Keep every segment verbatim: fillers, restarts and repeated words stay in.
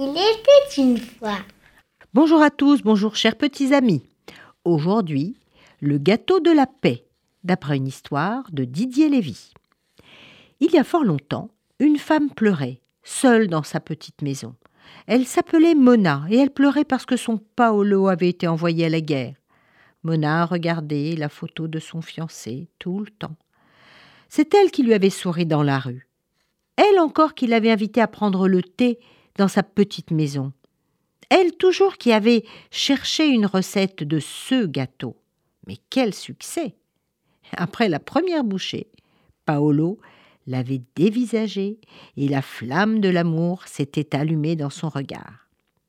Il était une fois. Bonjour à tous, bonjour chers petits amis. Aujourd'hui, le gâteau de la paix, d'après une histoire de Didier Lévy. Il y a fort longtemps, une femme pleurait, seule dans sa petite maison. Elle s'appelait Mona et elle pleurait parce que son Paolo avait été envoyé à la guerre. Mona regardait la photo de son fiancé tout le temps. C'est elle qui lui avait souri dans la rue. Elle encore qui l'avait invité à prendre le thé dans sa petite maison. Elle toujours qui avait cherché une recette de ce gâteau. Mais quel succès! Après la première bouchée, Paolo l'avait dévisagé et la flamme de l'amour s'était allumée dans son regard.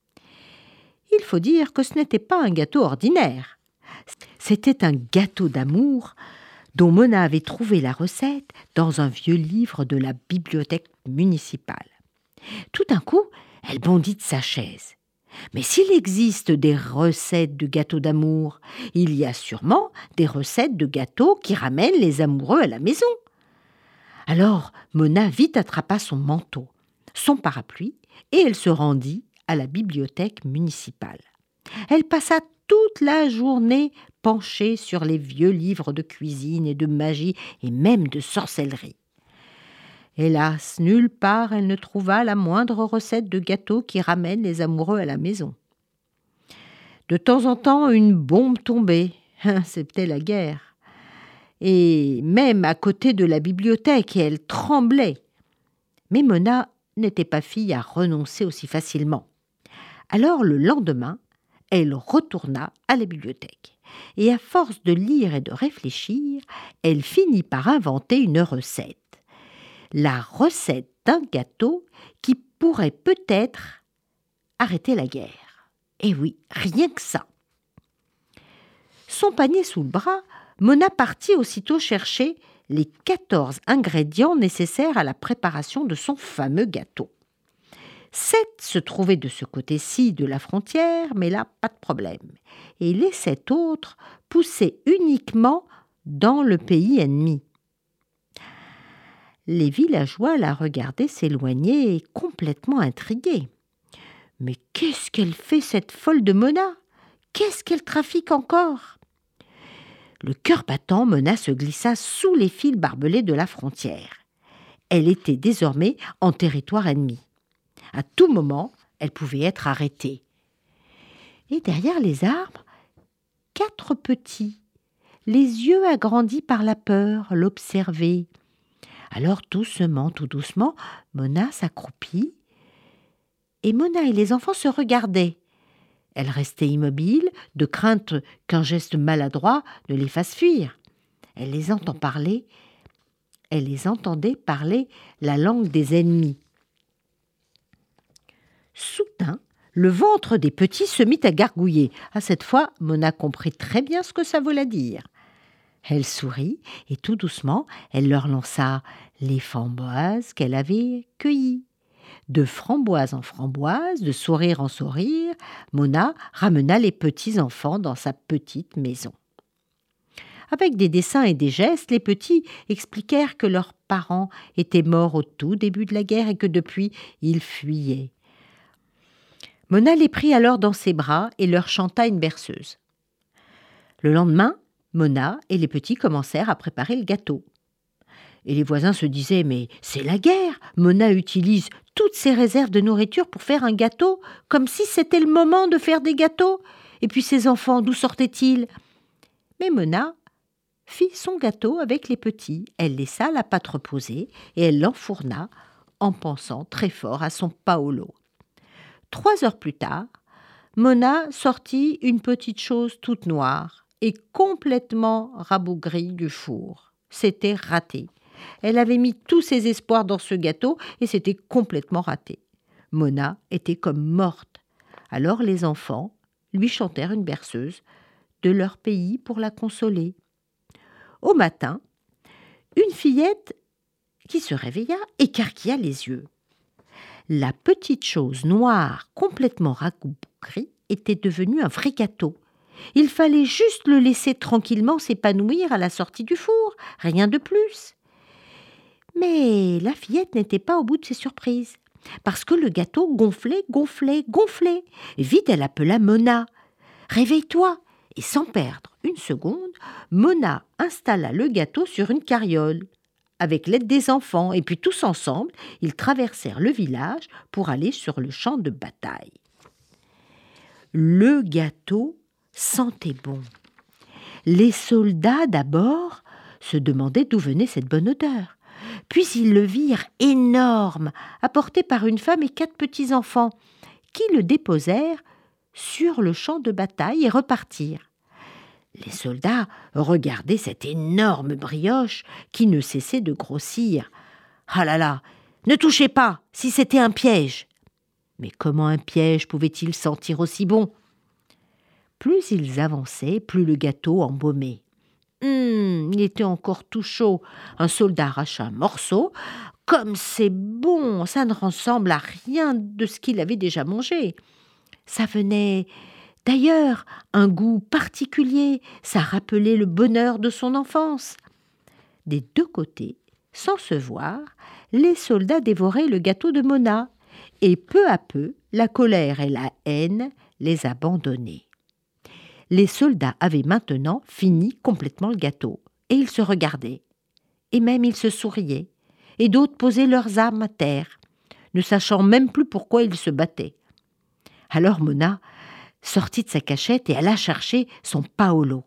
Il faut dire que ce n'était pas un gâteau ordinaire. C'était un gâteau d'amour dont Mona avait trouvé la recette dans un vieux livre de la bibliothèque municipale. Tout d'un coup, elle bondit de sa chaise. Mais s'il existe des recettes de gâteaux d'amour, il y a sûrement des recettes de gâteaux qui ramènent les amoureux à la maison. Alors, Mona vite attrapa son manteau, son parapluie, et elle se rendit à la bibliothèque municipale. Elle passa toute la journée penchée sur les vieux livres de cuisine et de magie et même de sorcellerie. Hélas, nulle part elle ne trouva la moindre recette de gâteau qui ramène les amoureux à la maison. De temps en temps, une bombe tombait. C'était la guerre. Et même à côté de la bibliothèque, elle tremblait. Mais Mona n'était pas fille à renoncer aussi facilement. Alors le lendemain, elle retourna à la bibliothèque. Et à force de lire et de réfléchir, elle finit par inventer une recette. La recette d'un gâteau qui pourrait peut-être arrêter la guerre. Et oui, rien que ça. Son panier sous le bras, Mona partit aussitôt chercher les quatorze ingrédients nécessaires à la préparation de son fameux gâteau. Sept se trouvaient de ce côté-ci de la frontière, mais là, pas de problème. Et les sept autres poussaient uniquement dans le pays ennemi. Les villageois la regardaient s'éloigner, complètement intrigués. Mais qu'est-ce qu'elle fait, cette folle de Mona? Qu'est-ce qu'elle trafique encore? Le cœur battant, Mona se glissa sous les fils barbelés de la frontière. Elle était désormais en territoire ennemi. À tout moment, elle pouvait être arrêtée. Et derrière les arbres, quatre petits, les yeux agrandis par la peur, l'observaient. Alors doucement, tout doucement, Mona s'accroupit et Mona et les enfants se regardaient. Elle restait immobile, de crainte qu'un geste maladroit ne les fasse fuir. Elle les entend parler, elle les entendait parler la langue des ennemis. Soudain, le ventre des petits se mit à gargouiller. À cette fois, Mona comprit très bien ce que ça voulait dire. Elle sourit et tout doucement, elle leur lança les framboises qu'elle avait cueillies. De framboise en framboise, de sourire en sourire, Mona ramena les petits-enfants dans sa petite maison. Avec des dessins et des gestes, les petits expliquèrent que leurs parents étaient morts au tout début de la guerre et que depuis, ils fuyaient. Mona les prit alors dans ses bras et leur chanta une berceuse. Le lendemain, Mona et les petits commencèrent à préparer le gâteau. Et les voisins se disaient « Mais c'est la guerre! Mona utilise toutes ses réserves de nourriture pour faire un gâteau, comme si c'était le moment de faire des gâteaux. Et puis ses enfants, d'où sortaient-ils » Mais Mona fit son gâteau avec les petits. Elle laissa la pâte reposer et elle l'enfourna en pensant très fort à son Paolo. Trois heures plus tard, Mona sortit une petite chose toute noire et complètement rabougrie du four. C'était raté. Elle avait mis tous ses espoirs dans ce gâteau et c'était complètement raté. Mona était comme morte. Alors les enfants lui chantèrent une berceuse de leur pays pour la consoler. Au matin, une fillette qui se réveilla écarquilla les yeux. La petite chose noire, complètement rabougrie, était devenue un vrai gâteau. Il fallait juste le laisser tranquillement s'épanouir à la sortie du four, rien de plus. Mais la fillette n'était pas au bout de ses surprises. parce que le gâteau gonflait, gonflait, gonflait. Vite, elle appela Mona. « Réveille-toi !» Et sans perdre une seconde, Mona installa le gâteau sur une carriole, avec l'aide des enfants, et puis tous ensemble, ils traversèrent le village pour aller sur le champ de bataille. Le gâteau sentait bon. Les soldats, d'abord, se demandaient d'où venait cette bonne odeur. Puis ils le virent énorme, apporté par une femme et quatre petits-enfants, qui le déposèrent sur le champ de bataille et repartirent. Les soldats regardaient cette énorme brioche qui ne cessait de grossir. « Ah là là, ne touchez pas, si c'était un piège !» Mais comment un piège pouvait-il sentir aussi bon ? Plus ils avançaient, plus le gâteau embaumait. Hum, il était encore tout chaud. Un soldat arracha un morceau. Comme c'est bon, ça ne ressemble à rien de ce qu'il avait déjà mangé. Ça venait d'ailleurs un goût particulier, ça rappelait le bonheur de son enfance. Des deux côtés, sans se voir, les soldats dévoraient le gâteau de Mona, et peu à peu, la colère et la haine les abandonnaient. Les soldats avaient maintenant fini complètement le gâteau, et ils se regardaient. Et même ils se souriaient, et d'autres posaient leurs armes à terre, ne sachant même plus pourquoi ils se battaient. Alors Mona sortit de sa cachette et alla chercher son Paolo.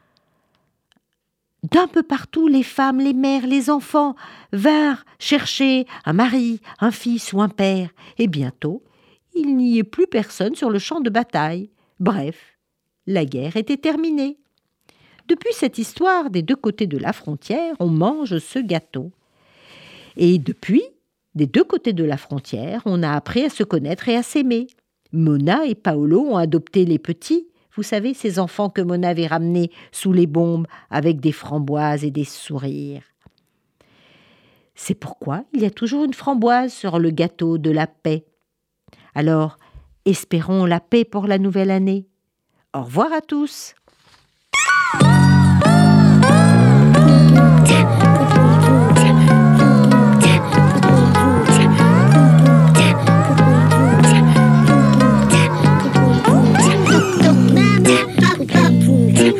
D'un peu partout, les femmes, les mères, les enfants vinrent chercher un mari, un fils ou un père, et bientôt, il n'y avait plus personne sur le champ de bataille. Bref, la guerre était terminée. Depuis cette histoire, des deux côtés de la frontière, on mange ce gâteau. Et depuis, des deux côtés de la frontière, on a appris à se connaître et à s'aimer. Mona et Paolo ont adopté les petits, vous savez, ces enfants que Mona avait ramenés sous les bombes avec des framboises et des sourires. C'est pourquoi il y a toujours une framboise sur le gâteau de la paix. Alors, espérons la paix pour la nouvelle année. Au revoir à tous.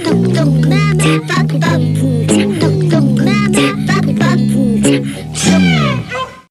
Toc toc